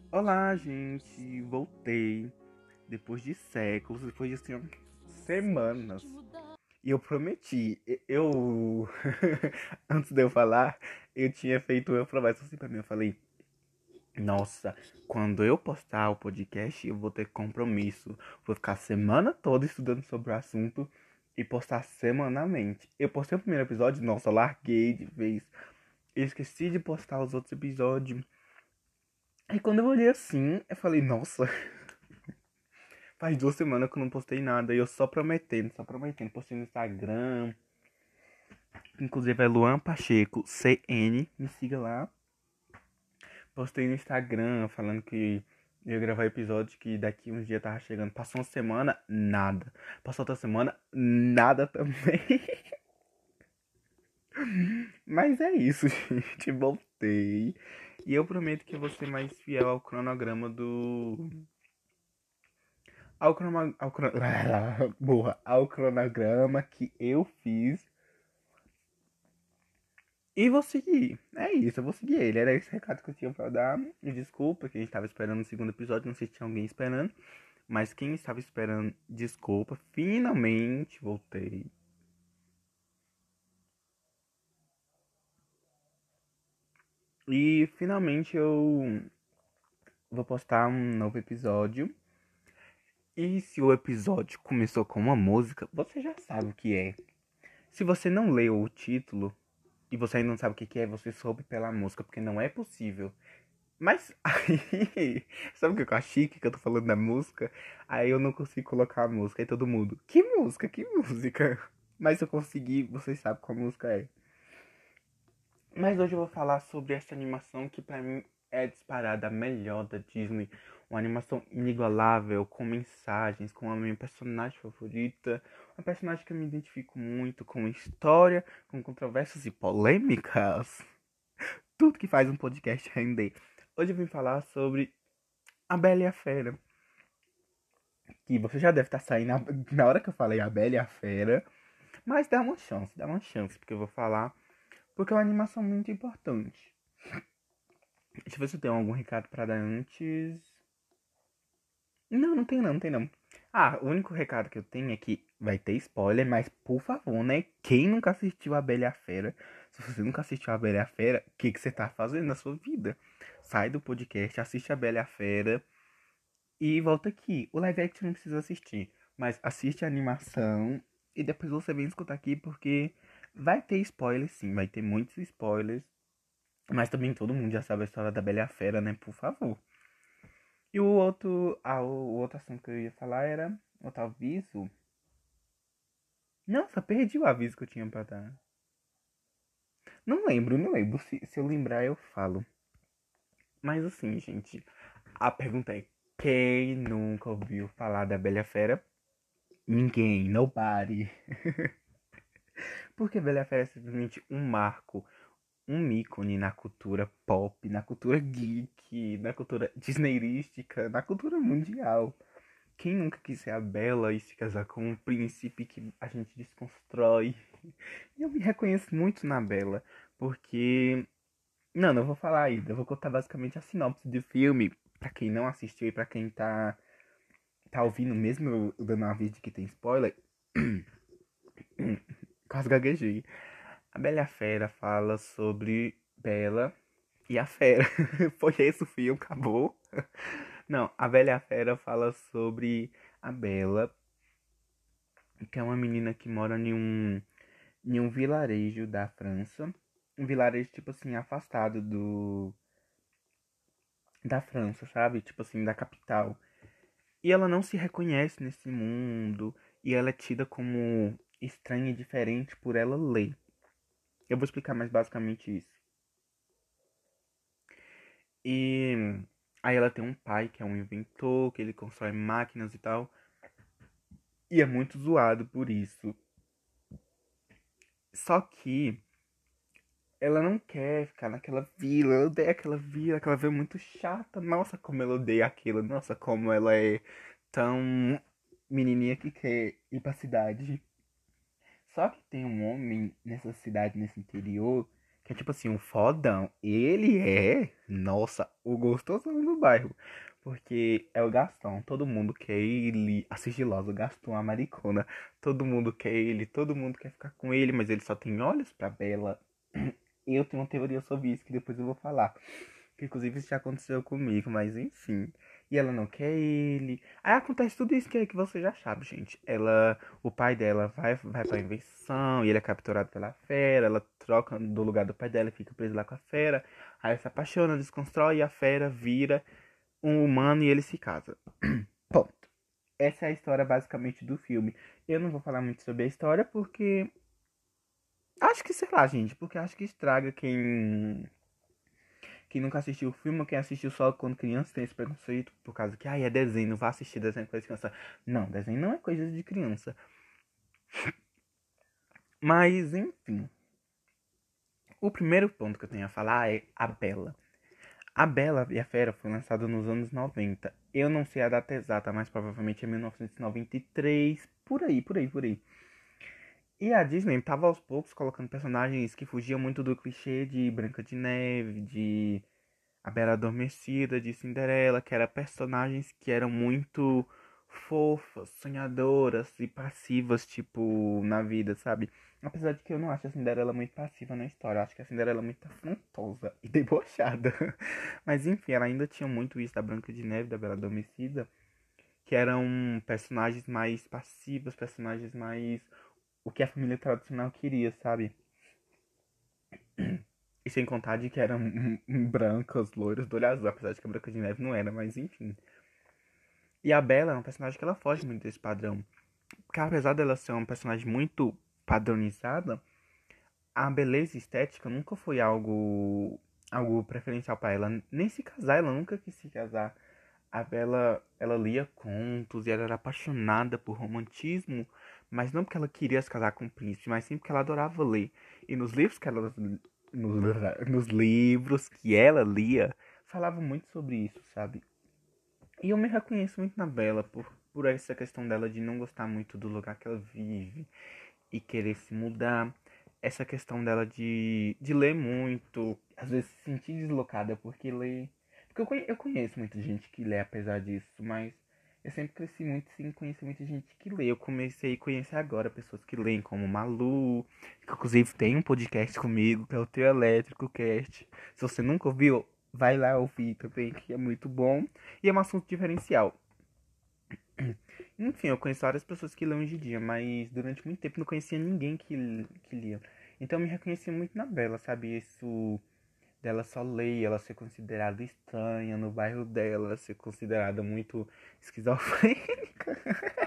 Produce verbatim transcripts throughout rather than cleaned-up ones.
Olá, gente, voltei depois de séculos, depois de assim, semanas. E eu prometi, e- eu antes de eu falar, eu tinha feito uma promessa assim pra mim, eu falei: "Nossa, quando eu postar o podcast, eu vou ter compromisso. Vou ficar a semana toda estudando sobre o assunto e postar semanalmente." Eu postei o primeiro episódio, nossa, eu larguei de vez. Eu esqueci de postar os outros episódios. Aí quando eu olhei assim, eu falei: "Nossa, faz duas semanas que eu não postei nada e eu só prometendo, só prometendo. Postei no Instagram. Inclusive é Luan Pacheco, C N. Me siga lá. Postei no Instagram falando que eu ia gravar episódio que daqui uns dias tava chegando. Passou uma semana, nada. Passou outra semana, nada também. Mas é isso, gente. Voltei. E eu prometo que eu vou ser mais fiel ao cronograma do. Ao, cronograma, ao, cron... Burra, ao cronograma que eu fiz. E vou seguir. É isso, eu vou seguir ele. Era esse recado que eu tinha pra dar. E desculpa que a gente tava esperando o segundo episódio. Não sei se tinha alguém esperando. Mas quem estava esperando, desculpa. Finalmente voltei. E finalmente eu vou postar um novo episódio. E se o episódio começou com uma música, você já sabe o que é. Se você não leu o título e você ainda não sabe o que é, você soube pela música, porque não é possível. Mas aí, sabe o que eu acho chique que eu tô falando da música? Aí eu não consigo colocar a música. Aí todo mundo, que música, que música? Mas eu consegui, vocês sabem qual música é. Mas hoje eu vou falar sobre essa animação que pra mim é disparada a melhor da Disney. Uma animação inigualável, com mensagens, com a minha personagem favorita. Uma personagem que eu me identifico muito, com história, com controvérsias e polêmicas. Tudo que faz um podcast render. Hoje eu vim falar sobre A Bela e a Fera. Que você já deve estar saindo na, na hora que eu falei A Bela e a Fera. Mas dá uma chance, dá uma chance, porque eu vou falar. Porque é uma animação muito importante. Deixa eu ver se eu tenho algum recado pra dar antes. Não, não tem não, não tem não. Ah, o único recado que eu tenho é que vai ter spoiler, mas por favor, né? Quem nunca assistiu A Bela e a Fera? Se você nunca assistiu A Bela e a Fera, o que, que você tá fazendo na sua vida? Sai do podcast, assiste A Bela e a Fera e volta aqui. O live action não precisa assistir, mas assiste a animação e depois você vem escutar aqui porque vai ter spoiler sim, vai ter muitos spoilers. Mas também todo mundo já sabe a história da Bela e a Fera, né? Por favor. E o outro, ah, o outro assunto que eu ia falar era outro aviso. Nossa, perdi o aviso que eu tinha pra dar. Não lembro, não lembro. Se, se eu lembrar, eu falo. Mas assim, gente, a pergunta é: quem nunca ouviu falar da Bela e a Fera? Ninguém, nobody. Porque Bela e a Fera é simplesmente um marco, um ícone na cultura pop, na cultura geek, na cultura disneyrística, na cultura mundial. Quem nunca quis ser a Bela e se casar com um príncipe que a gente desconstrói? E eu me reconheço muito na Bela, porque... Não, não vou falar ainda, eu vou contar basicamente a sinopse do filme, pra quem não assistiu e pra quem tá, tá ouvindo, mesmo eu dando um aviso de que tem spoiler, quase gaguejei. A Bela e a Fera fala sobre Bela e a Fera. Foi esse o filme, acabou. Não, a Bela e a Fera fala sobre a Bela, que é uma menina que mora em um, em um vilarejo da França. Um vilarejo, tipo assim, afastado do da França, sabe? Tipo assim, da capital. E ela não se reconhece nesse mundo. E ela é tida como estranha e diferente por ela ler. Eu vou explicar mais basicamente isso. E aí ela tem um pai que é um inventor, que ele constrói máquinas e tal. E é muito zoado por isso. Só que ela não quer ficar naquela vila. Ela odeia aquela vila, aquela vila muito chata. Nossa, como ela odeia aquilo. Nossa, como ela é tão menininha que quer ir pra cidade. Só que tem um homem nessa cidade, nesse interior, que é tipo assim, um fodão. Ele é, nossa, o gostosão do bairro. Porque é o Gastão, todo mundo quer ele, a sigilosa, o Gastão, a maricona. Todo mundo quer ele, todo mundo quer ficar com ele, mas ele só tem olhos pra Bela. Eu tenho uma teoria sobre isso que depois eu vou falar. Que inclusive isso já aconteceu comigo, mas enfim. E ela não quer ele. Aí acontece tudo isso que, que você já sabe, gente. Ela, o pai dela vai, vai pra invenção e ele é capturado pela fera. Ela troca do lugar do pai dela e fica preso lá com a fera. Aí se apaixona, desconstrói e a fera vira um humano e ele se casa. Ponto. Essa é a história basicamente do filme. Eu não vou falar muito sobre a história porque acho que, sei lá, gente, porque acho que estraga quem quem nunca assistiu o filme, quem assistiu só quando criança tem esse preconceito por causa que, ai, é desenho, não vá assistir desenho com criança. Não, desenho não é coisa de criança. Mas, enfim. O primeiro ponto que eu tenho a falar é a Bela. A Bela e a Fera foi lançada nos anos noventa. Eu não sei a data exata, mas provavelmente é mil novecentos e noventa e três, por aí, por aí, por aí. E a Disney tava aos poucos colocando personagens que fugiam muito do clichê de Branca de Neve, de A Bela Adormecida, de Cinderela, que eram personagens que eram muito fofas, sonhadoras e passivas, tipo, na vida, sabe? Apesar de que eu não acho a Cinderela muito passiva na história, eu acho que a Cinderela é muito afrontosa e debochada. Mas enfim, ela ainda tinha muito isso da Branca de Neve, da Bela Adormecida, que eram personagens mais passivos, personagens mais o que a família tradicional queria, sabe? E sem contar de que eram brancas, loiras, do olho azul, apesar de que a Branca de Neve não era, mas enfim. E a Bela é uma personagem que ela foge muito desse padrão. Porque apesar dela ser uma personagem muito padronizada, a beleza estética nunca foi algo algo preferencial para ela. Nem se casar, ela nunca quis se casar. A Bela, ela lia contos e ela era apaixonada por romantismo, mas não porque ela queria se casar com o príncipe, mas sim porque ela adorava ler. E nos livros que ela nos, nos livros que ela lia, falava muito sobre isso, sabe? E eu me reconheço muito na Bela por, por essa questão dela de não gostar muito do lugar que ela vive e querer se mudar. Essa questão dela de, de ler muito, às vezes se sentir deslocada porque lê. Porque eu, conhe- eu conheço muita gente que lê apesar disso, mas eu sempre cresci muito sem conhecer muita gente que lê. Eu comecei a conhecer agora pessoas que leem, como Malu, que inclusive tem um podcast comigo, que é o Teu Elétrico Cast. Se você nunca ouviu, vai lá ouvir também, que é muito bom. E é um assunto diferencial. Enfim, eu conheço várias pessoas que lêem hoje em dia, mas durante muito tempo não conhecia ninguém que, que lia. Então eu me reconheci muito na Bela, sabe? Isso dela só ler, ela ser considerada estranha no bairro dela, ela ser considerada muito esquizofrênica.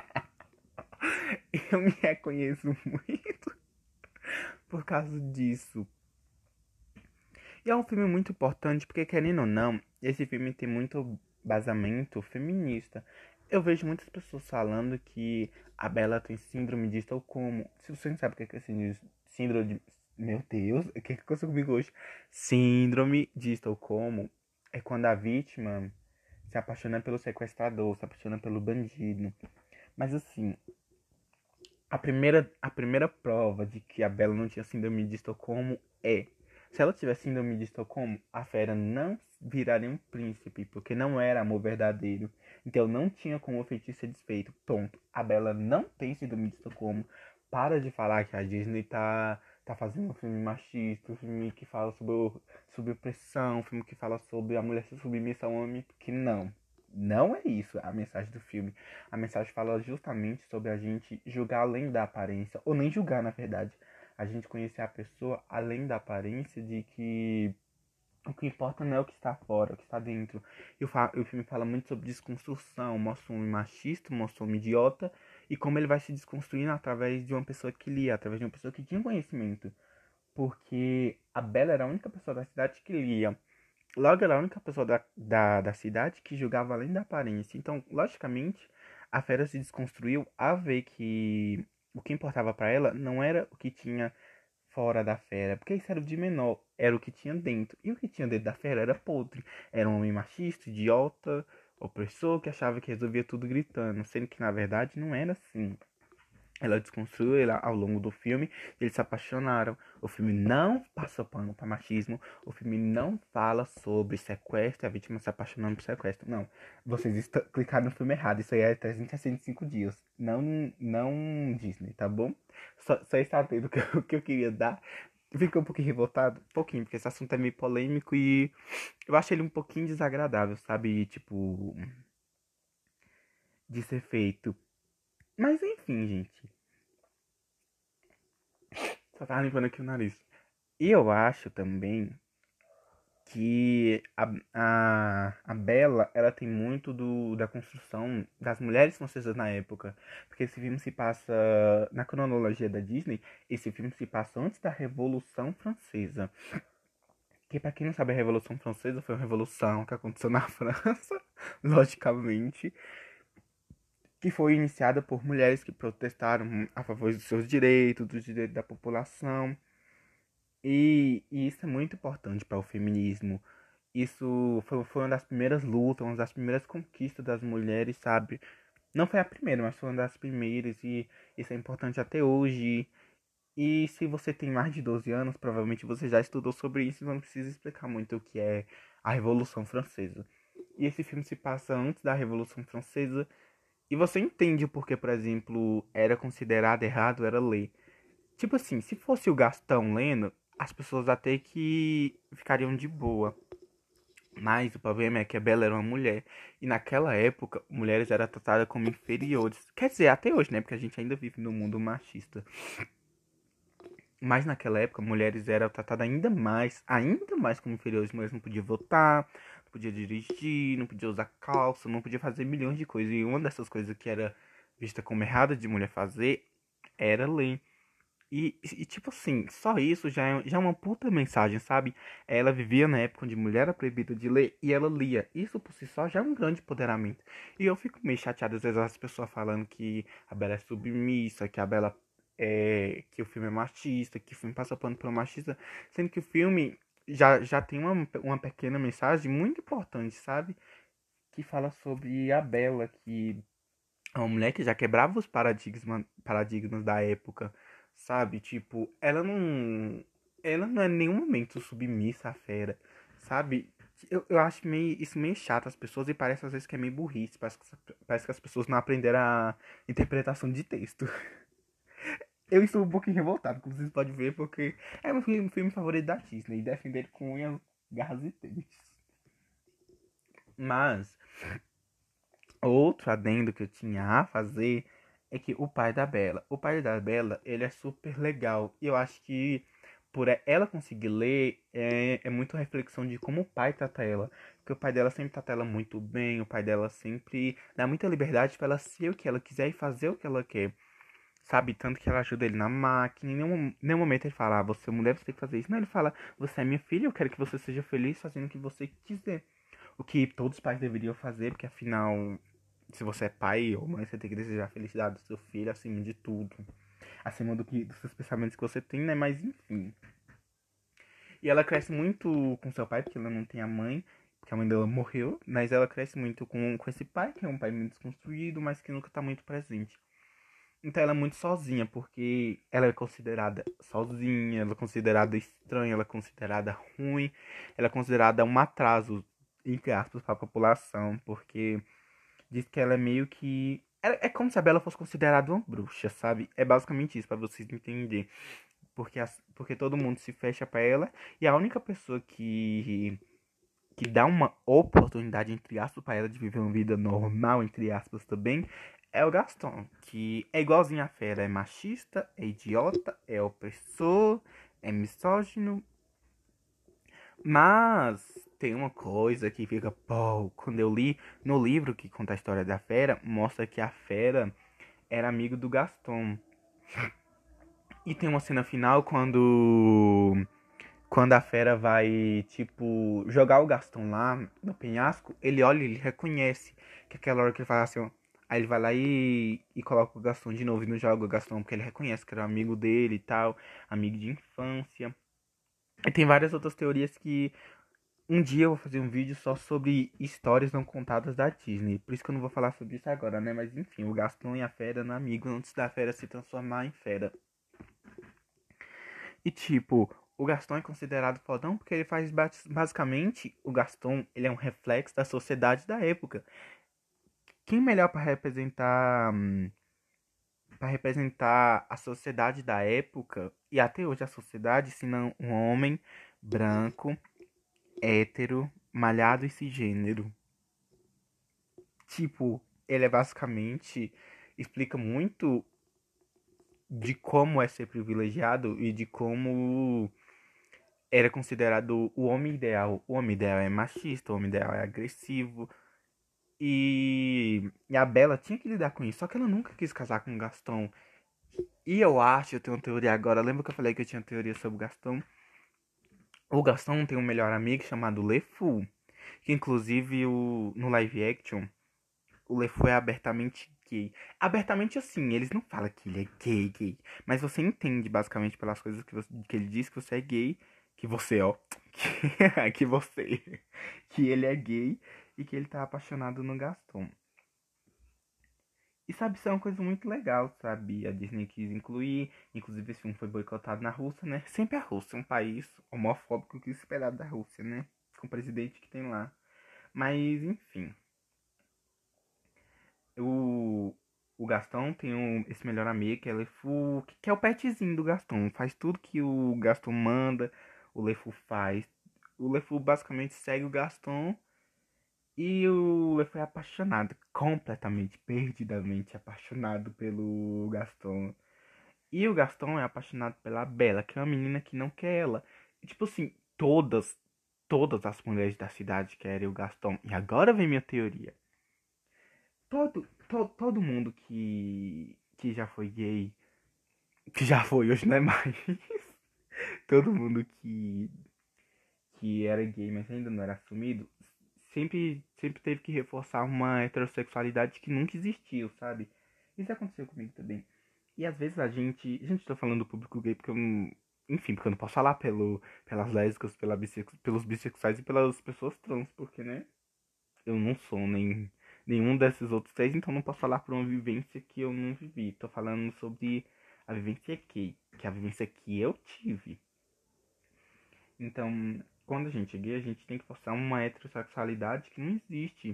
Eu me reconheço muito por causa disso. E é um filme muito importante porque, querendo ou não, esse filme tem muito basamento feminista. Eu vejo muitas pessoas falando que a Bella tem síndrome de Estocolmo. Se você não sabe o que é síndrome síndrome de... Meu Deus, o que aconteceu comigo hoje? Síndrome de Estocolmo é quando a vítima se apaixona pelo sequestrador, se apaixona pelo bandido. Mas assim, a primeira, a primeira prova de que a Bella não tinha síndrome de Estocolmo é: se ela tivesse síndrome de Estocolmo, a fera não viraria um príncipe, porque não era amor verdadeiro. Então não tinha como o feitiço ser desfeito. Ponto. A Bella não tem síndrome de Estocolmo. Para de falar que a Disney tá, tá fazendo um filme machista, um filme que fala sobre, o- sobre opressão, um filme que fala sobre a mulher ser submissa ao homem, que não. Não é isso a mensagem do filme. A mensagem fala justamente sobre a gente julgar além da aparência, ou nem julgar, na verdade. A gente conhecer a pessoa além da aparência, de que o que importa não é o que está fora, é o que está dentro. E o, fa- o filme fala muito sobre desconstrução, mostra um homem machista, mostra um homem idiota, e como ele vai se desconstruindo através de uma pessoa que lia, através de uma pessoa que tinha conhecimento. Porque a Bella era a única pessoa da cidade que lia. Logo, ela era a única pessoa da, da, da cidade que julgava além da aparência. Então, logicamente, a fera se desconstruiu a ver que o que importava pra ela não era o que tinha fora da fera, porque isso era o de menor, era o que tinha dentro. E o que tinha dentro da fera era podre. Era um homem machista, idiota, opressor, que achava que resolvia tudo gritando, sendo que na verdade não era assim. Ela desconstruiu ele ao longo do filme, eles se apaixonaram. O filme não passa pano para machismo, o filme não fala sobre sequestro, a vítima se apaixonando por sequestro. Não, vocês est- clicaram no filme errado, isso aí é trezentos e sessenta e cinco dias, não, não Disney, tá bom? Só, só está tendo o que, eu- o que eu queria dar. Fiquei um pouquinho revoltado, um pouquinho, porque esse assunto é meio polêmico e eu achei ele um pouquinho desagradável, sabe? Tipo, de ser feito. Mas enfim, gente. Só tava limpando aqui o nariz. E eu acho também que a, a, a Bela, ela tem muito do, da construção das mulheres francesas na época. Porque esse filme se passa, na cronologia da Disney, esse filme se passa antes da Revolução Francesa. Que pra quem não sabe, a Revolução Francesa foi uma revolução que aconteceu na França, logicamente, que foi iniciada por mulheres que protestaram a favor dos seus direitos, dos direitos da população. E, e isso é muito importante para o feminismo. Isso foi, foi uma das primeiras lutas, uma das primeiras conquistas das mulheres, sabe? Não foi a primeira, mas foi uma das primeiras e isso é importante até hoje. E se você tem mais de doze anos, provavelmente você já estudou sobre isso e não precisa explicar muito o que é a Revolução Francesa. E esse filme se passa antes da Revolução Francesa e você entende o porquê, por exemplo, era considerado errado, era lei. Tipo assim, se fosse o Gastão lendo, as pessoas até que ficariam de boa. Mas o problema é que a Bela era uma mulher. E naquela época, mulheres eram tratadas como inferiores. Quer dizer, até hoje, né? Porque a gente ainda vive num mundo machista. Mas naquela época, mulheres eram tratadas ainda mais, ainda mais como inferiores. Mulheres não podiam votar, não podiam dirigir, não podiam usar calça, não podiam fazer milhões de coisas. E uma dessas coisas que era vista como errada de mulher fazer era ler. E, e, tipo assim, só isso já é, já é uma puta mensagem, sabe? Ela vivia na época onde mulher era proibida de ler e ela lia. Isso por si só já é um grande empoderamento. E eu fico meio chateado às vezes as pessoas falando que a Bela é submissa, que a Bela é. Que o filme é machista, que o filme passa pano pra machista, sendo que o filme já, já tem uma, uma pequena mensagem muito importante, sabe? Que fala sobre a Bela, que é uma mulher que já quebrava os paradigmas, paradigmas da época, sabe? Tipo, ela não. Ela não é em nenhum momento submissa à fera, sabe? Eu, eu acho meio, isso meio chato as pessoas e parece às vezes que é meio burrice. Parece que, parece que as pessoas não aprenderam a interpretação de texto. Eu estou um pouquinho revoltado, como vocês podem ver, porque é meu filme, filme favorito da Disney e defender com unhas, garras e dentes. Mas outro adendo que eu tinha a fazer é que o pai da Bela, o pai da Bela, ele é super legal. E eu acho que por ela conseguir ler, é, é muito reflexão de como o pai trata ela. Porque o pai dela sempre trata ela muito bem, o pai dela sempre dá muita liberdade para ela ser o que ela quiser e fazer o que ela quer. Sabe? Tanto que ela ajuda ele na máquina. Em nenhum, nenhum momento ele fala, ah, você é mulher, você tem que fazer isso. Não, ele fala, você é minha filha, eu quero que você seja feliz fazendo o que você quiser. O que todos os pais deveriam fazer, porque afinal, se você é pai ou mãe, você tem que desejar a felicidade do seu filho acima de tudo. Acima do que dos seus pensamentos que você tem, né? Mas enfim. E ela cresce muito com seu pai, porque ela não tem a mãe, porque a mãe dela morreu. Mas ela cresce muito com, com esse pai, que é um pai muito desconstruído, mas que nunca tá muito presente. Então ela é muito sozinha, porque ela é considerada sozinha, ela é considerada estranha, ela é considerada ruim, ela é considerada um atraso, entre aspas, para a população, porque diz que ela é meio que. É é como se a Bela fosse considerada uma bruxa, sabe? É basicamente isso, para vocês entenderem. Porque, as, porque todo mundo se fecha pra ela, e a única pessoa que que dá uma oportunidade, entre aspas, para ela de viver uma vida normal, entre aspas, também, é o Gaston, que é igualzinho a Fera, é machista, é idiota, é opressor, é misógino, mas tem uma coisa que fica, pô, quando eu li no livro que conta a história da Fera, mostra que a Fera era amigo do Gaston. E tem uma cena final quando quando a fera vai, tipo, jogar o Gaston lá no penhasco, ele olha e ele reconhece que aquela hora que ele fala assim, ó, aí ele vai lá e, e coloca o Gaston de novo e não joga o Gaston, porque ele reconhece que era um amigo dele e tal, amigo de infância. E tem várias outras teorias que Um dia eu vou fazer um vídeo só sobre histórias não contadas da Disney. Por isso que eu não vou falar sobre isso agora, né? Mas enfim, o Gaston e a Fera eram amigos antes da Fera se transformar em Fera. E tipo, o Gaston é considerado fodão porque ele faz basicamente, o Gaston, ele é um reflexo da sociedade da época. Quem melhor para representar para representar a sociedade da época e até hoje a sociedade, se não um homem branco, hétero, malhado e cisgênero? Tipo, ele é basicamente explica muito de como é ser privilegiado e de como era considerado o homem ideal. O homem ideal é machista, o homem ideal é agressivo. E, e a Bella tinha que lidar com isso, só que ela nunca quis casar com o Gaston. E eu acho, eu tenho uma teoria agora. Lembra que eu falei que eu tinha teoria sobre o Gaston? O Gaston tem um melhor amigo chamado LeFou, que inclusive o, no live action o LeFou é abertamente gay. Abertamente assim, eles não falam que ele é gay, gay. Mas você entende basicamente pelas coisas que, você, que ele diz que você é gay. Que você, ó. Que, que você. Que ele é gay e que ele tá apaixonado no Gaston. E sabe, isso é uma coisa muito legal, sabe? A Disney quis incluir. Inclusive esse filme foi boicotado na Rússia, né? Sempre a Rússia, um país homofóbico que esperado da Rússia, né? Com o presidente que tem lá. Mas, enfim. O, o Gastão tem um, esse melhor amigo, que é o Lefu, que, que é o petzinho do Gastão. Faz tudo que o Gastão manda, o Lefu faz. O Lefu basicamente segue o Gastão e o Lefu é apaixonado, completamente, perdidamente apaixonado pelo Gastão. E o Gastão é apaixonado pela Bela, que é uma menina que não quer ela. E, tipo assim, todas, todas as mulheres da cidade querem o Gastão. E agora vem minha teoria. Todo, to, todo mundo que, que já foi gay, que já foi, hoje não é mais. Todo mundo que, que era gay, mas ainda não era assumido, sempre, sempre teve que reforçar uma heterossexualidade que nunca existiu, sabe? Isso aconteceu comigo também. E às vezes a gente. A gente tá falando do público gay porque eu não. Enfim, porque eu não posso falar pelo, pelas lésbicas, pela bissex, pelos bissexuais e pelas pessoas trans, porque, né? Eu não sou nem nenhum desses outros três, então não posso falar por uma vivência que eu não vivi. Tô falando sobre a vivência que, que é a vivência que eu tive. Então, quando a gente é gay, a gente tem que forçar uma heterossexualidade que não existe.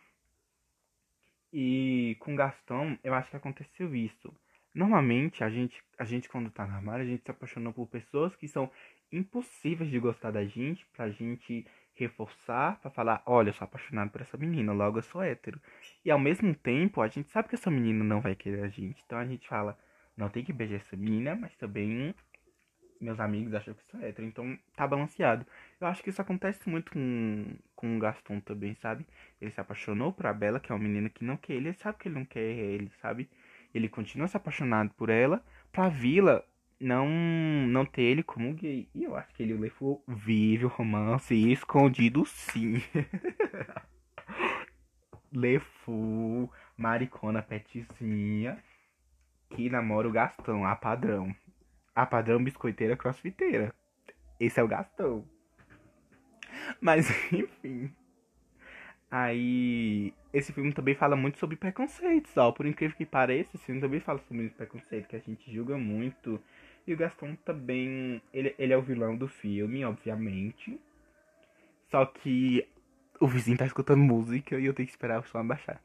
E com Gastão, eu acho que aconteceu isso. Normalmente, a gente, a gente quando tá no armário, a gente se apaixona por pessoas que são impossíveis de gostar da gente, pra gente reforçar, pra falar, olha, eu sou apaixonado por essa menina, logo eu sou hétero. E ao mesmo tempo, a gente sabe que essa menina não vai querer a gente. Então a gente fala, não tem que beijar essa menina, mas também meus amigos acham que sou hétero, então tá balanceado. Eu acho que isso acontece muito com, com o Gaston também, sabe? Ele se apaixonou por Bella, que é uma menina que não quer ele, ele sabe que ele não quer ele, sabe? Ele continua se apaixonado por ela, pra Vila não não ter ele como gay. E eu acho que ele e o Lefou vive o romance escondido sim. Lefou, maricona petizinha, que namora o Gastão, a padrão. A padrão biscoiteira crossfiteira. Esse é o Gastão. Mas, enfim. Aí, esse filme também fala muito sobre preconceitos, ó. Por incrível que pareça, esse filme também fala sobre preconceito, que a gente julga muito. E o Gastão também, ele, ele é o vilão do filme, obviamente. Só que o vizinho tá escutando música e eu tenho que esperar o som abaixar.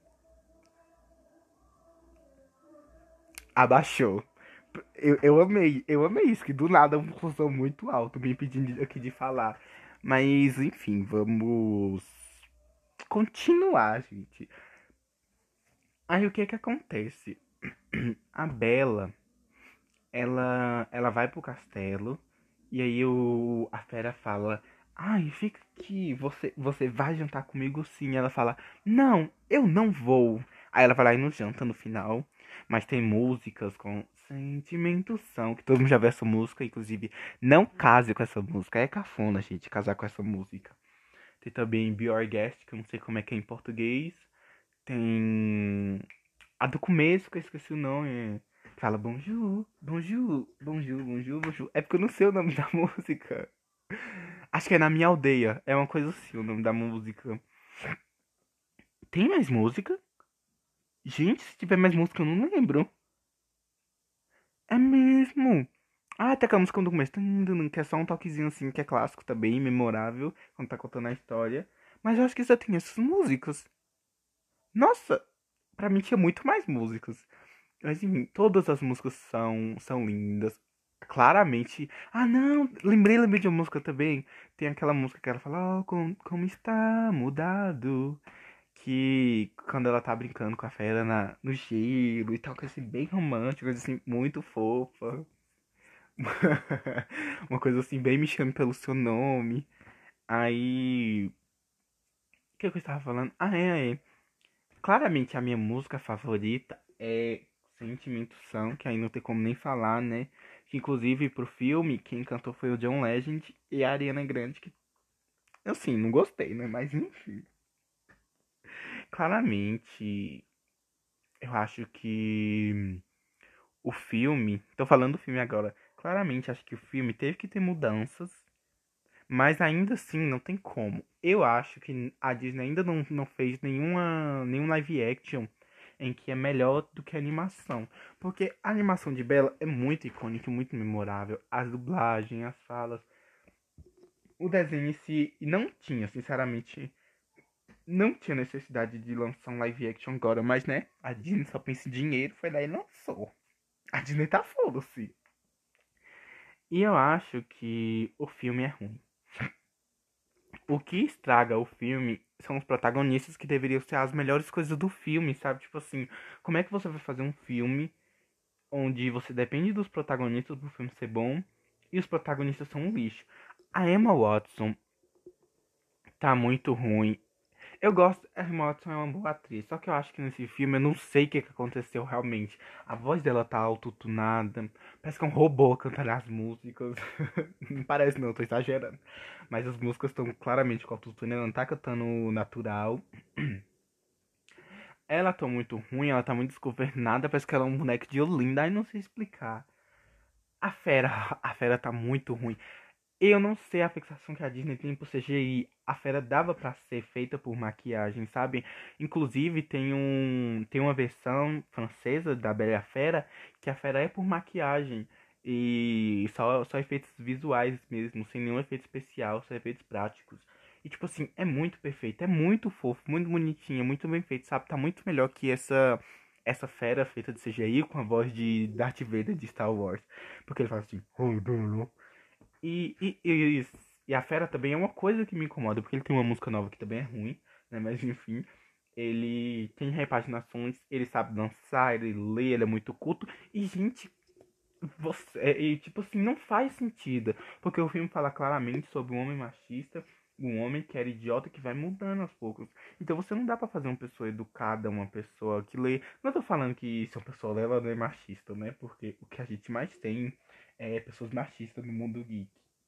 Abaixou. Eu, eu amei, eu amei isso, que do nada um som muito alto me impedindo aqui de falar. Mas, enfim, vamos continuar, gente. Aí o que que acontece? A Bela, ela, ela vai pro castelo e aí o, a fera fala: ai, fica aqui, você, você vai jantar comigo sim. Ela fala: não, eu não vou. Aí ela vai lá e não janta no final. Mas tem músicas com sentimentos são, que todo mundo já viu essa música, inclusive não case com essa música. É cafona, gente, casar com essa música. Tem também Be Our Guest, que eu não sei como é que é em português. Tem a do começo, que eu esqueci o nome. Fala bonjour, bonjour, bonjour, bonjour, bonjour. É porque eu não sei o nome da música. Acho que é Na Minha Aldeia. É uma coisa assim o nome da música. Tem mais música? Gente, se tiver mais música, eu não lembro. É mesmo. Ah, até aquela música do começo. tum, tum, tum, Que é só um toquezinho assim, que é clássico também, memorável, quando tá contando a história. Mas eu acho que só tem essas músicas. Nossa, pra mim tinha muito mais músicas. Mas enfim, todas as músicas são, são lindas. Claramente. Ah, não, lembrei, lembrei de uma música também. Tem aquela música que ela fala, oh, como, como está mudado. Que quando ela tá brincando com a fera na, no gelo e tal, que é assim, bem romântico, coisa assim, muito fofa. Uma coisa assim, bem me chame pelo seu nome. Aí. O que, que eu estava falando? Ah, é, é. Claramente a minha música favorita é Sentimento São, que aí não tem como nem falar, né? Que inclusive pro filme, quem cantou foi o John Legend e a Ariana Grande, que assim, não gostei, né? Mas enfim. Claramente, eu acho que o filme. Tô falando do filme agora. Claramente, acho que o filme teve que ter mudanças. Mas ainda assim, não tem como. Eu acho que a Disney ainda não, não fez nenhuma, nenhum live action em que é melhor do que a animação. Porque a animação de Bella é muito icônica, muito memorável. As dublagens, as falas. O desenho em si não tinha, sinceramente, não tinha necessidade de lançar um live action agora. Mas, né, a Disney só pensa em dinheiro, foi lá e lançou. A Disney tá foda-se. E eu acho que o filme é ruim. O que estraga o filme são os protagonistas que deveriam ser as melhores coisas do filme, sabe? Tipo assim, como é que você vai fazer um filme onde você depende dos protagonistas pro filme ser bom e os protagonistas são um lixo? A Emma Watson tá muito ruim. Eu gosto, a Emma Watson é uma boa atriz, só que eu acho que nesse filme eu não sei o que, que aconteceu realmente. A voz dela tá autotunada, parece que é um robô cantando as músicas. Não parece não, tô exagerando. Mas as músicas estão claramente com autotune, ela não tá cantando natural. Ela tá muito ruim, ela tá muito desgovernada, parece que ela é um boneco de Olinda, aí não sei explicar. A fera, a fera tá muito ruim. Eu não sei a fixação que a Disney tem por C G I. A fera dava pra ser feita por maquiagem, sabe? Inclusive tem um tem uma versão francesa da Bela e a Fera que a fera é por maquiagem e só só efeitos visuais mesmo, sem nenhum efeito especial, só efeitos práticos. E tipo assim, é muito perfeito, é muito fofo, muito bonitinho, muito bem feito, sabe? Tá muito melhor que essa essa fera feita de C G I com a voz de Darth Vader de Star Wars, porque ele fala assim, e, e, e, e a Fera também é uma coisa que me incomoda, porque ele tem uma música nova que também é ruim, né? Mas enfim, ele tem repaginações, ele sabe dançar, ele lê, ele é muito culto. E, gente, você, é, e, tipo assim, não faz sentido. Porque o filme fala claramente sobre um homem machista, um homem que era idiota que vai mudando aos poucos. Então você não dá pra fazer uma pessoa educada, uma pessoa que lê. Não tô falando que se uma pessoa lê, ela não é machista, né? Porque o que a gente mais tem é pessoas machistas no mundo geek.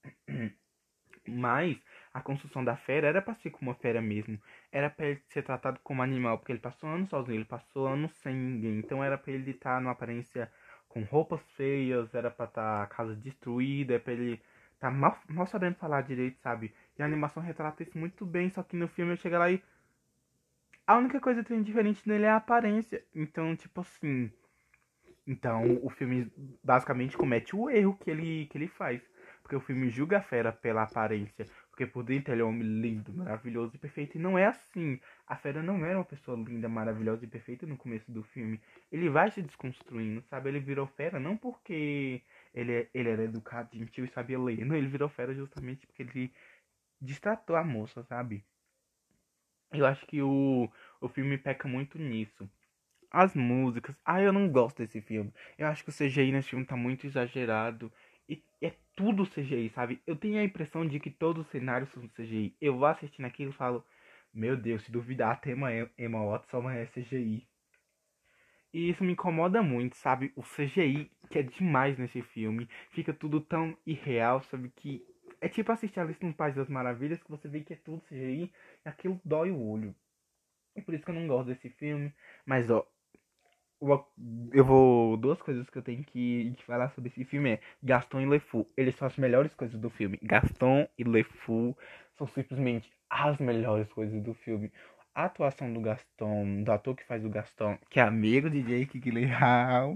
Mas a construção da fera era pra ser como uma fera mesmo. Era pra ele ser tratado como animal, porque ele passou anos sozinho, ele passou anos sem ninguém. Então era pra ele estar numa aparência com roupas feias, era pra estar a casa destruída, é pra ele tá mal, mal sabendo falar direito, sabe? E a animação retrata isso muito bem, só que no filme ele chega lá e a única coisa que tem diferente nele é a aparência. Então, tipo assim, então o filme basicamente comete o erro que ele, que ele faz. Porque o filme julga a fera pela aparência. Porque por dentro ele é um homem lindo, maravilhoso e perfeito. E não é assim. A fera não era uma pessoa linda, maravilhosa e perfeita no começo do filme. Ele vai se desconstruindo, sabe? Ele virou fera não porque ele, ele era educado, gentil e sabia ler. Não, ele virou fera justamente porque ele destratou a moça, sabe? Eu acho que o, o filme peca muito nisso. As músicas. Ah, eu não gosto desse filme. Eu acho que o C G I nesse filme tá muito exagerado. E é tudo C G I, sabe? Eu tenho a impressão de que todos os cenários são C G I. Eu vou assistindo aquilo e falo, meu Deus, se duvidar, até Emma, Emma Watson é C G I. E isso me incomoda muito, sabe? O C G I, que é demais nesse filme. Fica tudo tão irreal, sabe? Que é tipo assistir Alice no País das Maravilhas, que você vê que é tudo C G I e aquilo dói o olho. É por isso que eu não gosto desse filme. Mas, ó, uma- eu vou. Duas coisas que eu tenho que, que falar sobre esse filme é Gaston e LeFou. Eles são as melhores coisas do filme. Gaston e LeFou são simplesmente as melhores coisas do filme. A atuação do Gaston, do ator que faz o Gaston, que é amigo de Jake Gyllenhaal.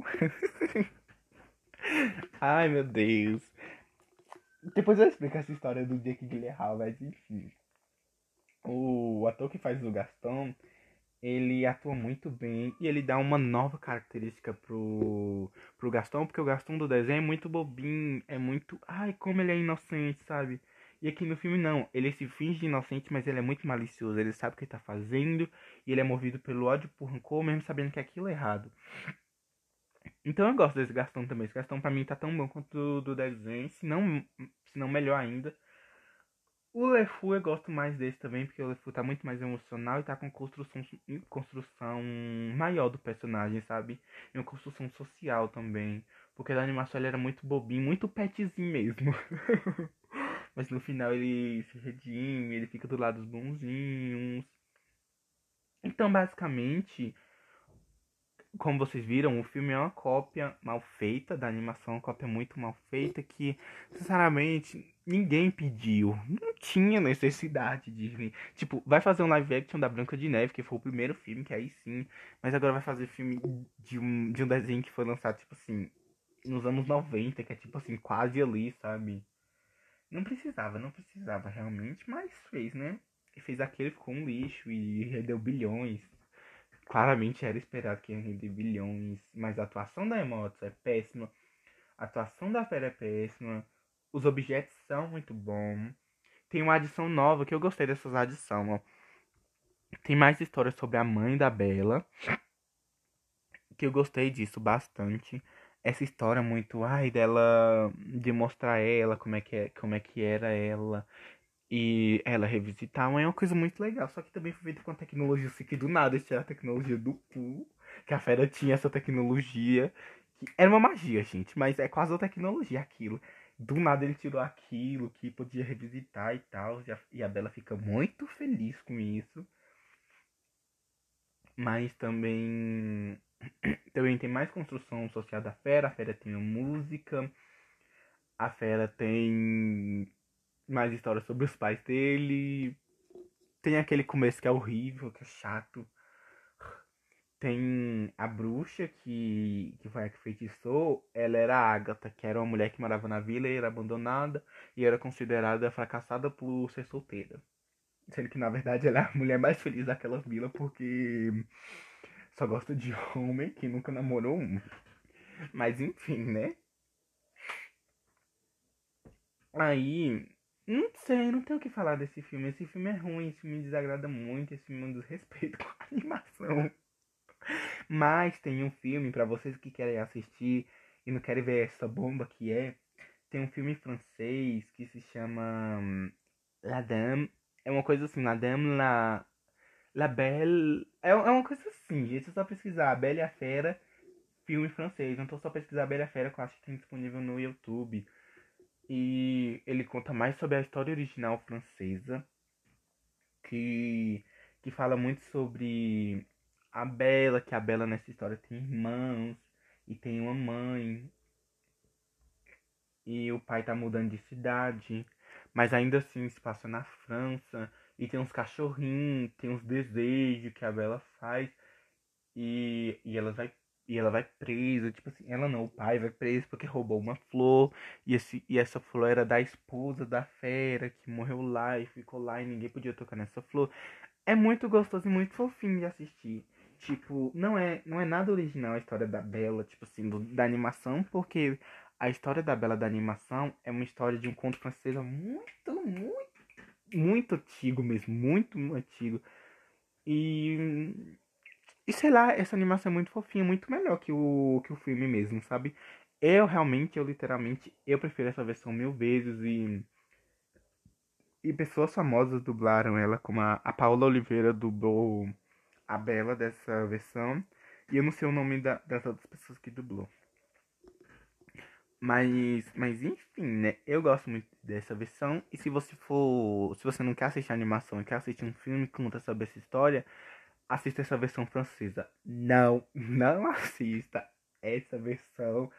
Ai, meu Deus. Depois eu explico essa história do Jake Gyllenhaal, mas enfim. O ator que faz o Gaston, ele atua muito bem e ele dá uma nova característica pro, pro Gaston, porque o Gaston do desenho é muito bobinho, é muito. Ai, como ele é inocente, sabe? E aqui no filme não, ele se finge de inocente, mas ele é muito malicioso, ele sabe o que ele tá fazendo e ele é movido pelo ódio por rancor, mesmo sabendo que aquilo é errado. Então eu gosto desse Gaston também. Esse Gaston pra mim tá tão bom quanto o do desenho, se não, se não melhor ainda. O LeFou eu gosto mais desse também, porque o LeFou tá muito mais emocional e tá com construção, construção maior do personagem, sabe? E uma construção social também. Porque na animação ele era muito bobinho, muito petzinho mesmo. Mas no final ele se redime, ele fica do lado dos bonzinhos. Então, basicamente, como vocês viram, o filme é uma cópia mal feita da animação, uma cópia muito mal feita que, sinceramente, ninguém pediu. Não tinha necessidade de vir. Tipo, vai fazer um live action da Branca de Neve, que foi o primeiro filme, que aí sim. Mas agora vai fazer filme de um, de um desenho que foi lançado, tipo assim, nos anos noventa, que é tipo assim, quase ali, sabe? Não precisava, não precisava realmente, mas fez, né? E fez aquele, ficou um lixo e rendeu bilhões. Claramente era esperado que ia render bilhões, mas a atuação da Emotos é péssima, a atuação da Fera é péssima, os objetos são muito bons. Tem uma adição nova que eu gostei dessas adições, ó. Tem mais histórias sobre a mãe da Bela, que eu gostei disso bastante. Essa história muito, ai, dela de mostrar ela como é que é, como é que era ela e ela revisitar é uma coisa muito legal. Só que também foi feito com a tecnologia, assim, que do nada eles tiraram a tecnologia do Pooh, que a Fera tinha essa tecnologia, que era uma magia, gente, mas é quase uma tecnologia aquilo. Do nada ele tirou aquilo que podia revisitar e tal, e a, e a Bela fica muito feliz com isso. Mas também também tem mais construção social da Fera, a Fera tem a música, a Fera tem mais histórias sobre os pais dele. Tem aquele começo que é horrível, que é chato. Tem a bruxa que, que foi a que feitiçou. Ela era a Agatha, que era uma mulher que morava na vila e era abandonada. E era considerada fracassada por ser solteira. Sendo que na verdade ela é a mulher mais feliz daquela vila porque só gosta de homem que nunca namorou um. Mas enfim, né? Aí, não sei, não tenho o que falar desse filme. Esse filme é ruim, esse filme me desagrada muito, esse filme é um desrespeito com a animação. Mas tem um filme pra vocês que querem assistir e não querem ver essa bomba que é. Tem um filme francês que se chama hum, La Dame. É uma coisa assim, La Dame, La, La Belle. É, é uma coisa assim, gente. É só pesquisar A Bela e a Fera, filme francês. Então só pesquisar A Bela e a Fera que eu acho que tem disponível no YouTube. E ele conta mais sobre a história original francesa, que, que fala muito sobre a Bela, que a Bela nessa história tem irmãos e tem uma mãe, e o pai tá mudando de cidade, mas ainda assim se passa na França, e tem uns cachorrinhos, tem uns desejos que a Bela faz, e, e ela vai e ela vai presa, tipo assim, ela não, o pai vai preso porque roubou uma flor, e, esse, e essa flor era da esposa da fera que morreu lá e ficou lá e ninguém podia tocar nessa flor. É muito gostoso e muito fofinho de assistir. Tipo, não é, não é nada original a história da Bela, tipo assim, do, da animação, porque a história da Bela da animação é uma história de um conto francês muito, muito, muito antigo mesmo, muito antigo. E, e sei lá, essa animação é muito fofinha, muito melhor que o, que o filme mesmo, sabe? Eu realmente, eu literalmente, eu prefiro essa versão mil vezes e e pessoas famosas dublaram ela, como a, a Paola Oliveira dublou a Bela dessa versão. E eu não sei o nome da, das outras pessoas que dublou. Mas, mas enfim, né? Eu gosto muito dessa versão. E se você for. Se você não quer assistir a animação e quer assistir um filme que conta sobre essa história, assista essa versão francesa. Não, não assista essa versão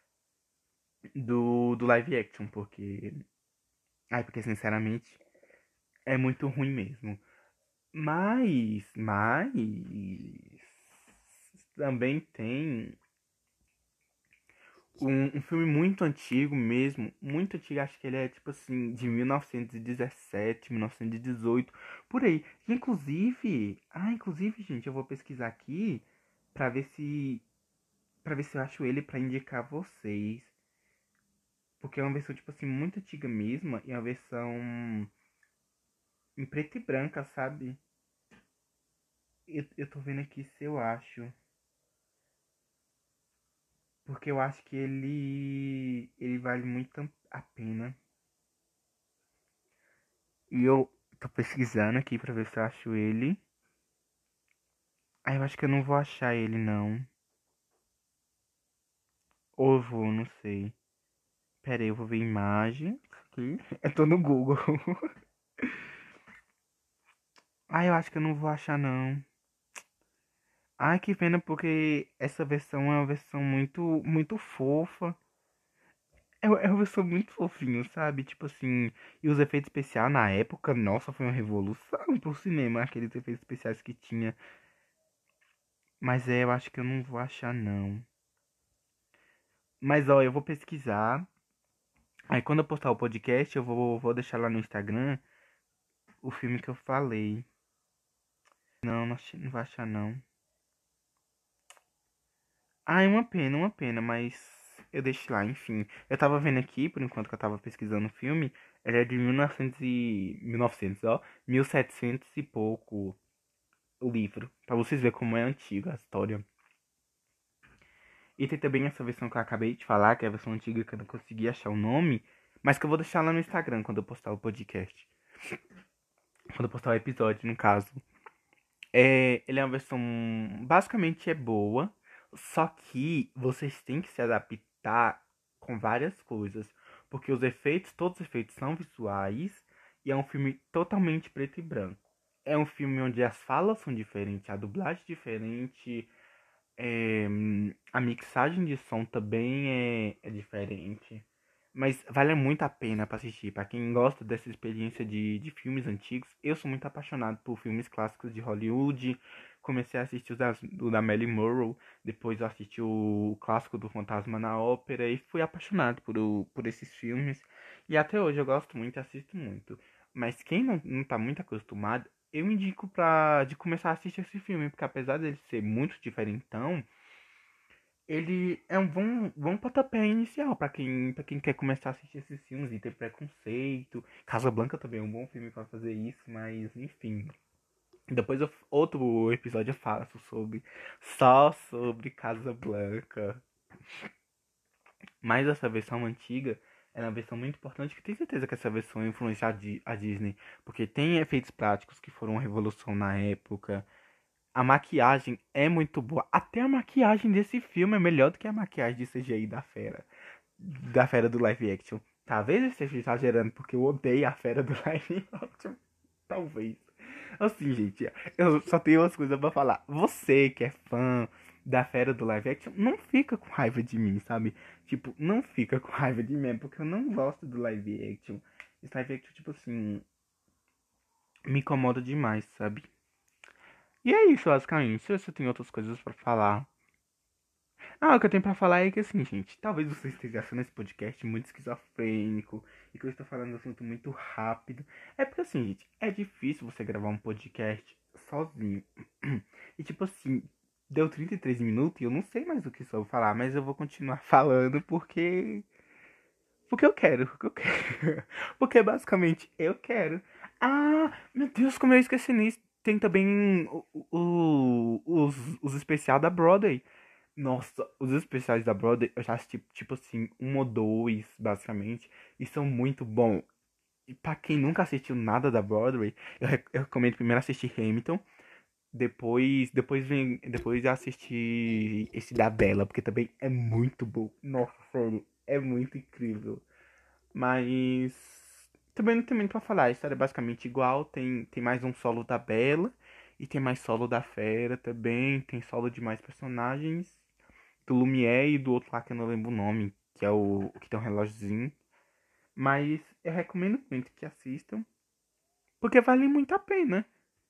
do, do live action, porque. Ai, porque sinceramente é muito ruim mesmo. Mas, mas também tem um, um filme muito antigo mesmo, muito antigo, acho que ele é tipo assim, de mil novecentos e dezessete, mil novecentos e dezoito, por aí. Inclusive, ah, inclusive, gente, eu vou pesquisar aqui pra ver se para ver se eu acho ele pra indicar a vocês, porque é uma versão tipo assim muito antiga mesmo, e é uma versão em preto e branca, sabe? Eu, eu tô vendo aqui se eu acho. Porque eu acho que ele. Ele vale muito a pena. E eu tô pesquisando aqui pra ver se eu acho ele. Ah, eu acho que eu não vou achar ele não. Ou eu vou, não sei. Pera aí, eu vou ver imagens aqui. Eu tô no Google. Ah, eu acho que eu não vou achar não. Ai, que pena porque essa versão é uma versão muito, muito fofa. É é uma versão muito fofinho, sabe? Tipo assim, e os efeitos especiais na época, nossa, foi uma revolução pro cinema, aqueles efeitos especiais que tinha. Mas é, eu acho que eu não vou achar, não. Mas ó, eu vou pesquisar. Aí quando eu postar o podcast, eu vou, vou deixar lá no Instagram o filme que eu falei. Não, não, achei- não vou achar, não. Ah, é uma pena, uma pena, mas eu deixo lá, enfim. Eu tava vendo aqui, por enquanto que eu tava pesquisando o filme, ele é de mil e novecentos e... mil e novecentos, ó. mil e setecentos e pouco o livro. Pra vocês verem como é antiga a história. E tem também essa versão que eu acabei de falar, que é a versão antiga que eu não consegui achar o nome, mas que eu vou deixar lá no Instagram quando eu postar o podcast. Quando eu postar o episódio, no caso. É, ele é uma versão basicamente é boa, só que vocês têm que se adaptar com várias coisas, porque os efeitos, todos os efeitos são visuais e é um filme totalmente preto e branco. É um filme onde as falas são diferentes, a dublagem é diferente, é, a mixagem de som também é, é diferente. Mas vale muito a pena pra assistir. Pra quem gosta dessa experiência de, de filmes antigos, eu sou muito apaixonado por filmes clássicos de Hollywood. Comecei a assistir o da, o da Marilyn Monroe, depois eu assisti o clássico do Fantasma na Ópera e fui apaixonado por, o, por esses filmes. E até hoje eu gosto muito e assisto muito. Mas quem não, não tá muito acostumado, eu indico pra, de começar a assistir esse filme, porque apesar dele ser muito diferentão, ele é um bom, bom pontapé inicial pra quem, pra quem quer começar a assistir esses filmes e ter preconceito. Casablanca também é um bom filme pra fazer isso, mas enfim. Depois eu- outro episódio eu faço sobre só sobre Casablanca. Mas essa versão antiga é uma versão muito importante que tenho certeza que essa versão influenciou a Di- a Disney, porque tem efeitos práticos que foram uma revolução na época. A maquiagem é muito boa. Até a maquiagem desse filme é melhor do que a maquiagem de C G I da Fera. Da Fera do live action. Talvez eu esteja exagerando, porque eu odeio a Fera do live action. Talvez. Assim, gente, eu só tenho umas coisas pra falar. Você que é fã da Fera do live action, não fica com raiva de mim, sabe? Tipo, não fica com raiva de mim, porque eu não gosto do live action. Esse live action, tipo assim, me incomoda demais, sabe? E é isso, basicamente. Se você tem outras coisas pra falar. Ah, o que eu tenho pra falar é que assim, gente, talvez você esteja achando esse podcast muito esquizofrênico e que eu estou falando um assunto muito rápido. É porque assim, gente, é difícil você gravar um podcast sozinho. E tipo assim, deu trinta e três minutos e eu não sei mais o que só vou falar, mas eu vou continuar falando porque. Porque eu quero, porque eu quero. Porque basicamente eu quero. Ah, meu Deus, como eu esqueci nisso. Tem também o, o, os, os especial da Broadway. Nossa, os especiais da Broadway, eu já assisti, tipo assim, um ou dois, basicamente, e são muito bons. E pra quem nunca assistiu nada da Broadway, eu, re- eu recomendo primeiro assistir Hamilton, depois, depois vem, depois assistir esse da Bella, porque também é muito bom. Nossa, sério, é muito incrível. Mas também não tem muito pra falar, a história é basicamente igual, tem, tem mais um solo da Bella, E tem mais solo da Fera também, tem solo de mais personagens. Do Lumière e do outro lá que eu não lembro o nome, que é o, o que tem um relógiozinho. Mas eu recomendo muito que assistam, porque vale muito a pena.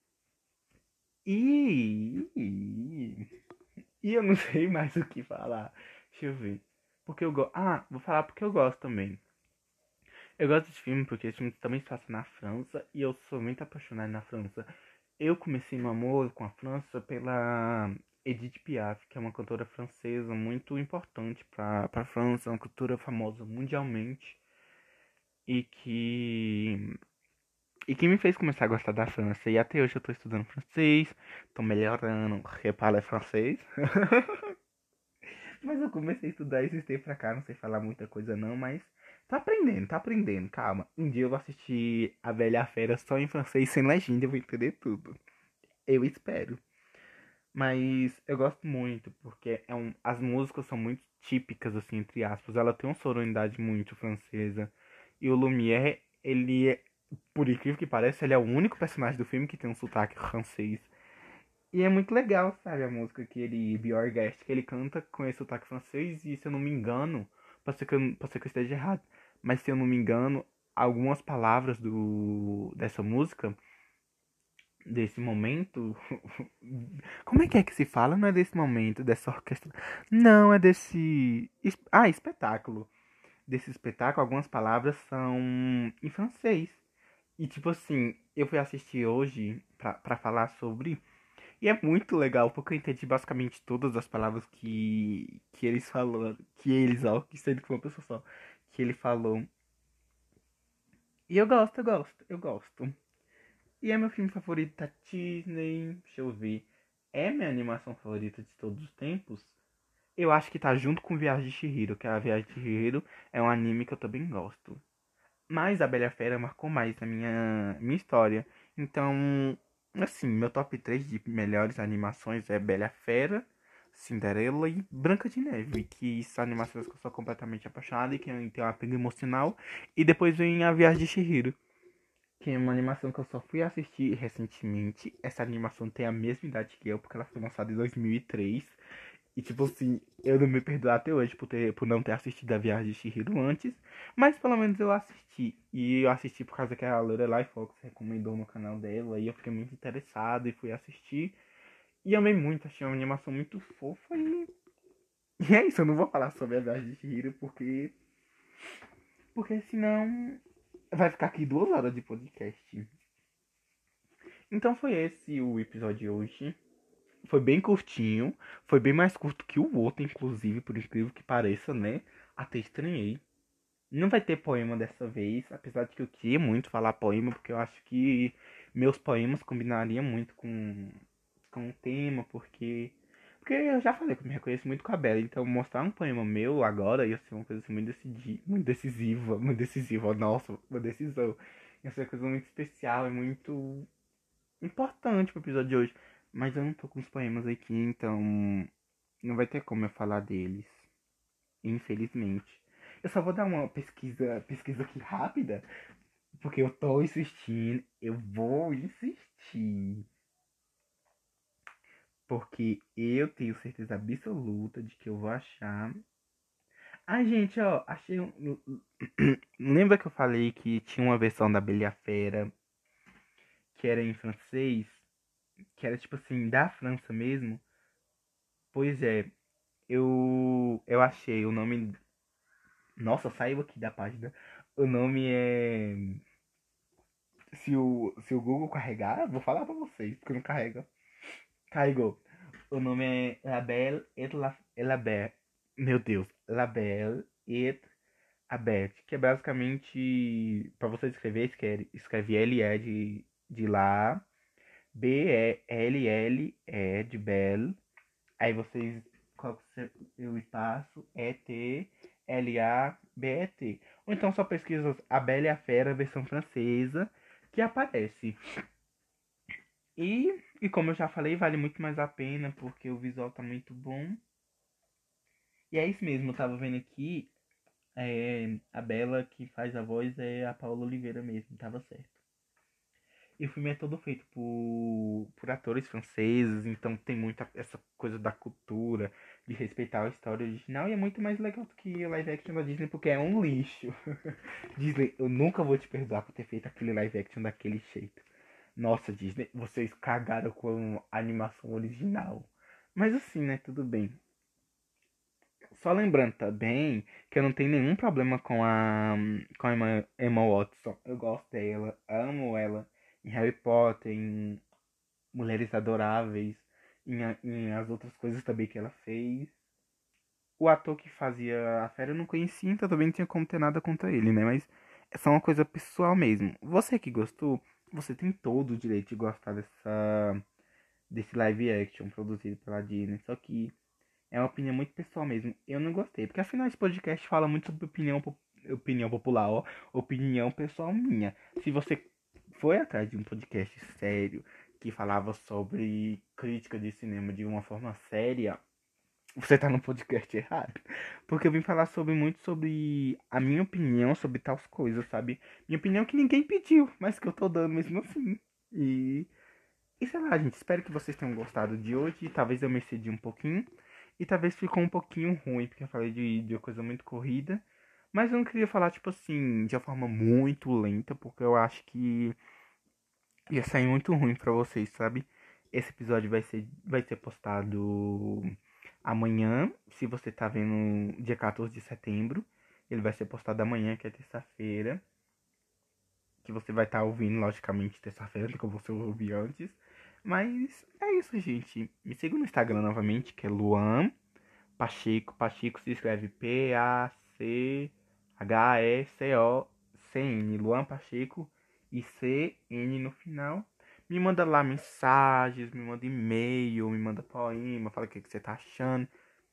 E, e, e eu não sei mais o que falar. Deixa eu ver. Porque eu gosto. Ah, vou falar porque eu gosto também. Eu gosto de filme porque esse filme também se passa na França e eu sou muito apaixonado na França. Eu comecei meu amor com a França pela Edith Piaf, que é uma cantora francesa muito importante para a França, uma cantora famosa mundialmente e que e que me fez começar a gostar da França. E até hoje eu tô estudando francês, tô melhorando, repara francês. Mas eu comecei a estudar esses tempos pra cá, não sei falar muita coisa não, mas tá aprendendo, tá aprendendo, calma. Um dia eu vou assistir A Bela e a Fera só em francês sem legenda, eu vou entender tudo. Eu espero. Mas eu gosto muito, porque é um, as músicas são muito típicas, assim, entre aspas. Ela tem uma sonoridade muito francesa. E o Lumière, ele é, por incrível que pareça, ele é o único personagem do filme que tem um sotaque francês. E é muito legal, sabe, a música que ele, Be Our Guest, que ele canta com esse sotaque francês. E se eu não me engano, pode ser que eu, pode ser que eu esteja errado, mas se eu não me engano, algumas palavras do, dessa música desse momento. Como é que é que se fala? Não é desse momento, dessa orquestra. Não, é desse. Ah, espetáculo. Desse espetáculo, algumas palavras são em francês. E tipo assim, eu fui assistir hoje pra, pra falar sobre. E é muito legal, porque eu entendi basicamente todas as palavras que, que eles falaram. Que eles, ó, que sendo que uma pessoa só. Que ele falou. E eu gosto, eu gosto, eu gosto. E é meu filme favorito da Disney. Deixa eu ver. É minha animação favorita de todos os tempos. Eu acho que tá junto com Viagem de Chihiro, que a Viagem de Chihiro é um anime que eu também gosto. Mas a Bela e a Fera marcou mais a minha, minha história. Então, assim, meu top três de melhores animações é Bela e a Fera, Cinderela e Branca de Neve, que são animações que eu sou completamente apaixonado e que eu tenho um apego emocional. E depois vem a Viagem de Chihiro, que é uma animação que eu só fui assistir recentemente. Essa animação tem a mesma idade que eu, porque ela foi lançada em dois mil e três. E tipo assim, eu não me perdoo até hoje por, ter, por não ter assistido a Viagem de Chihiro antes. Mas pelo menos eu assisti. E eu assisti por causa que a Lorelai Fox recomendou no canal dela. E eu fiquei muito interessado e fui assistir. E amei muito, achei uma animação muito fofa. E, e é isso, eu não vou falar sobre a Viagem de Chihiro porque. Porque senão vai ficar aqui duas horas de podcast. Então foi esse o episódio de hoje. Foi bem curtinho. Foi bem mais curto que o outro, inclusive, por incrível que pareça, né? Até estranhei. Não vai ter poema dessa vez, apesar de que eu queria muito falar poema, porque eu acho que meus poemas combinariam muito com, com o tema, porque. Porque eu já falei que eu me reconheço muito com a Bela, então mostrar um poema meu agora ia ser uma coisa assim, muito, decidi, muito decisiva, muito decisiva, nossa, uma decisão. Ia ser uma coisa muito especial e muito importante pro episódio de hoje. Mas eu não tô com os poemas aqui, então não vai ter como eu falar deles. Infelizmente. Eu só vou dar uma pesquisa, pesquisa aqui rápida, porque eu tô insistindo. Eu vou insistir. Porque eu tenho certeza absoluta de que eu vou achar. Ah, gente, ó, achei um. Lembra que eu falei que tinha uma versão da Bela e a Fera que era em francês? Que era tipo assim, da França mesmo? Pois é, eu, eu achei o nome. Nossa, saiu aqui da página. O nome é. Se o, se o Google carregar, vou falar pra vocês, porque não carrega. Carregou. O nome é La Belle et la, et la Bête. Meu Deus. La Belle et a Bête. Que é basicamente. Pra você escrever, escreve, escreve L E de, de lá. B-E-L-L-E de Belle. Aí vocês colocam o espaço E-T-L-A-B-E-T. Ou então só pesquisa A Bela e a Fera, versão francesa, que aparece. E, e como eu já falei, vale muito mais a pena, porque o visual tá muito bom. E é isso mesmo, eu tava vendo aqui, é, a Bela que faz a voz é a Paula Oliveira mesmo, tava certo. E o filme é todo feito por, por atores franceses, então tem muita essa coisa da cultura, de respeitar a história original, e é muito mais legal do que o live action da Disney, porque é um lixo. Disney, eu nunca vou te perdoar por ter feito aquele live action daquele jeito. Nossa, Disney, vocês cagaram com a animação original. Mas assim, né, tudo bem. Só lembrando também que eu não tenho nenhum problema com a, com a Emma, Emma Watson. Eu gosto dela, amo ela em Harry Potter, em Mulheres Adoráveis, em, a- em as outras coisas também que ela fez. O ator que fazia a fera eu não conhecia, então também não tinha como ter nada contra ele, né? Mas é só uma coisa pessoal mesmo. Você que gostou, você tem todo o direito de gostar dessa, desse live action produzido pela Disney. Só que é uma opinião muito pessoal mesmo. Eu não gostei. Porque afinal esse podcast fala muito sobre opinião, po- opinião popular, ó. Opinião pessoal minha. Se você foi atrás de um podcast sério que falava sobre crítica de cinema de uma forma séria, você tá no podcast errado. Porque eu vim falar sobre muito sobre a minha opinião sobre tais coisas, sabe? Minha opinião que ninguém pediu, mas que eu tô dando mesmo assim. E e sei lá, gente, espero que vocês tenham gostado de hoje. Talvez eu me excedi um pouquinho. E talvez ficou um pouquinho ruim, porque eu falei de, de uma coisa muito corrida. Mas eu não queria falar, tipo assim, de uma forma muito lenta, porque eu acho que ia sair muito ruim pra vocês, sabe? Esse episódio vai ser, vai ser postado amanhã, se você tá vendo dia quatorze de setembro. Ele vai ser postado amanhã, que é terça-feira. Que você vai estar ouvindo, logicamente, terça-feira, que você ouvir antes. Mas é isso, gente. Me siga no Instagram novamente, que é Luan Pacheco. Pacheco se escreve P A C H E C O C N. Luan Pacheco e C N no final. Me manda lá mensagens, me manda e-mail, me manda poema, fala o que, que você tá achando.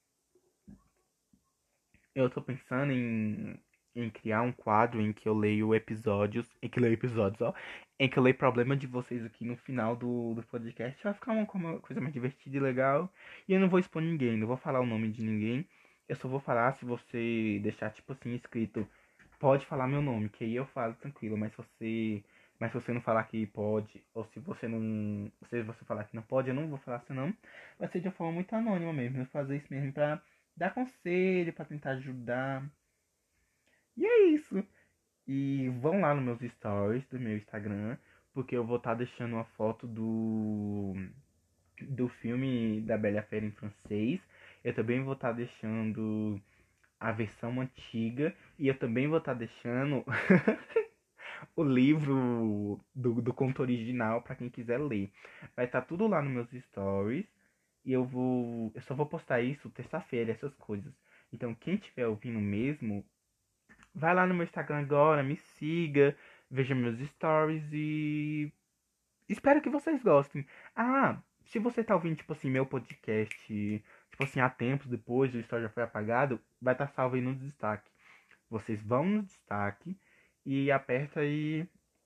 Eu tô pensando em, em criar um quadro em que eu leio episódios, em que eu leio episódios, ó, em que eu leio problema de vocês aqui no final do, do podcast. Vai ficar uma, uma coisa mais divertida e legal. E eu não vou expor ninguém, não vou falar o nome de ninguém. Eu só vou falar se você deixar, tipo assim, escrito, pode falar meu nome, que aí eu falo tranquilo, mas se você. Mas se você não falar que pode, ou se você não. Se você falar que não pode, eu não vou falar seu nome. Vai ser de uma forma muito anônima mesmo. Eu vou fazer isso mesmo pra dar conselho, pra tentar ajudar. E é isso. E vão lá nos meus stories do meu Instagram, porque eu vou estar deixando uma foto do do filme da Bela e a Fera em francês. Eu também vou estar deixando a versão antiga e eu também vou estar deixando o livro do, do conto original para quem quiser ler. Vai estar tudo lá nos meus stories e eu vou eu só vou postar isso terça-feira, essas coisas. Então quem estiver ouvindo mesmo, vai lá no meu Instagram agora, me siga, veja meus stories e espero que vocês gostem. Ah, se você tá ouvindo, tipo assim, meu podcast, tipo assim, há tempos depois, o story já foi apagado, vai estar tá salvo aí no destaque. Vocês vão no destaque e aperta e,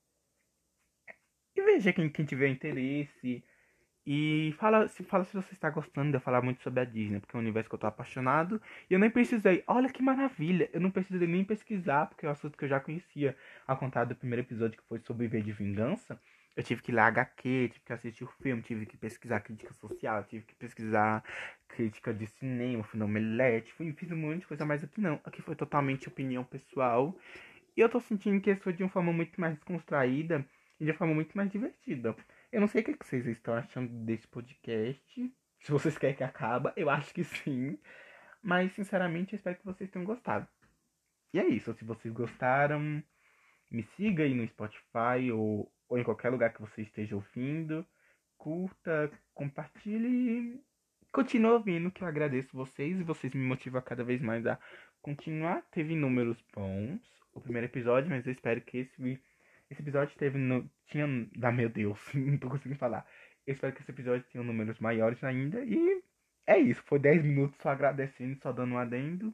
e veja quem, quem tiver interesse. E fala se, fala se você está gostando de eu falar muito sobre a Disney, porque é um universo que eu tô apaixonado. E eu nem precisei, olha que maravilha, eu não precisei nem pesquisar, porque é um assunto que eu já conhecia. Ao contrário do primeiro episódio que foi sobre V de Vingança, eu tive que ler H Q, tive que assistir o filme, tive que pesquisar crítica social, tive que pesquisar crítica de cinema, filme Omelete, fui, fiz um monte de coisa, mas aqui não. Aqui foi totalmente opinião pessoal. E eu tô sentindo que isso foi de uma forma muito mais descontraída e de uma forma muito mais divertida. Eu não sei o que, é que vocês estão achando desse podcast. Se vocês querem que acabe, eu acho que sim. Mas, sinceramente, eu espero que vocês tenham gostado. E é isso. Se vocês gostaram, me siga aí no Spotify ou, ou em qualquer lugar que você esteja ouvindo. Curta, compartilhe e continue ouvindo, que eu agradeço vocês e vocês me motivam cada vez mais a continuar. Teve números bons o primeiro episódio, mas eu espero que esse, esse episódio teve no, tinha. Ah, meu Deus, não tô conseguindo falar. Eu espero que esse episódio tenha números maiores ainda. E é isso, foi dez minutos só agradecendo, só dando um adendo.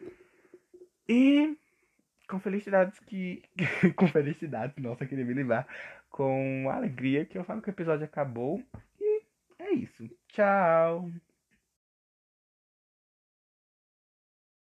E com felicidades que. com felicidades, nossa, queria me levar. Com alegria que eu falo que o episódio acabou. E é isso. Tchau.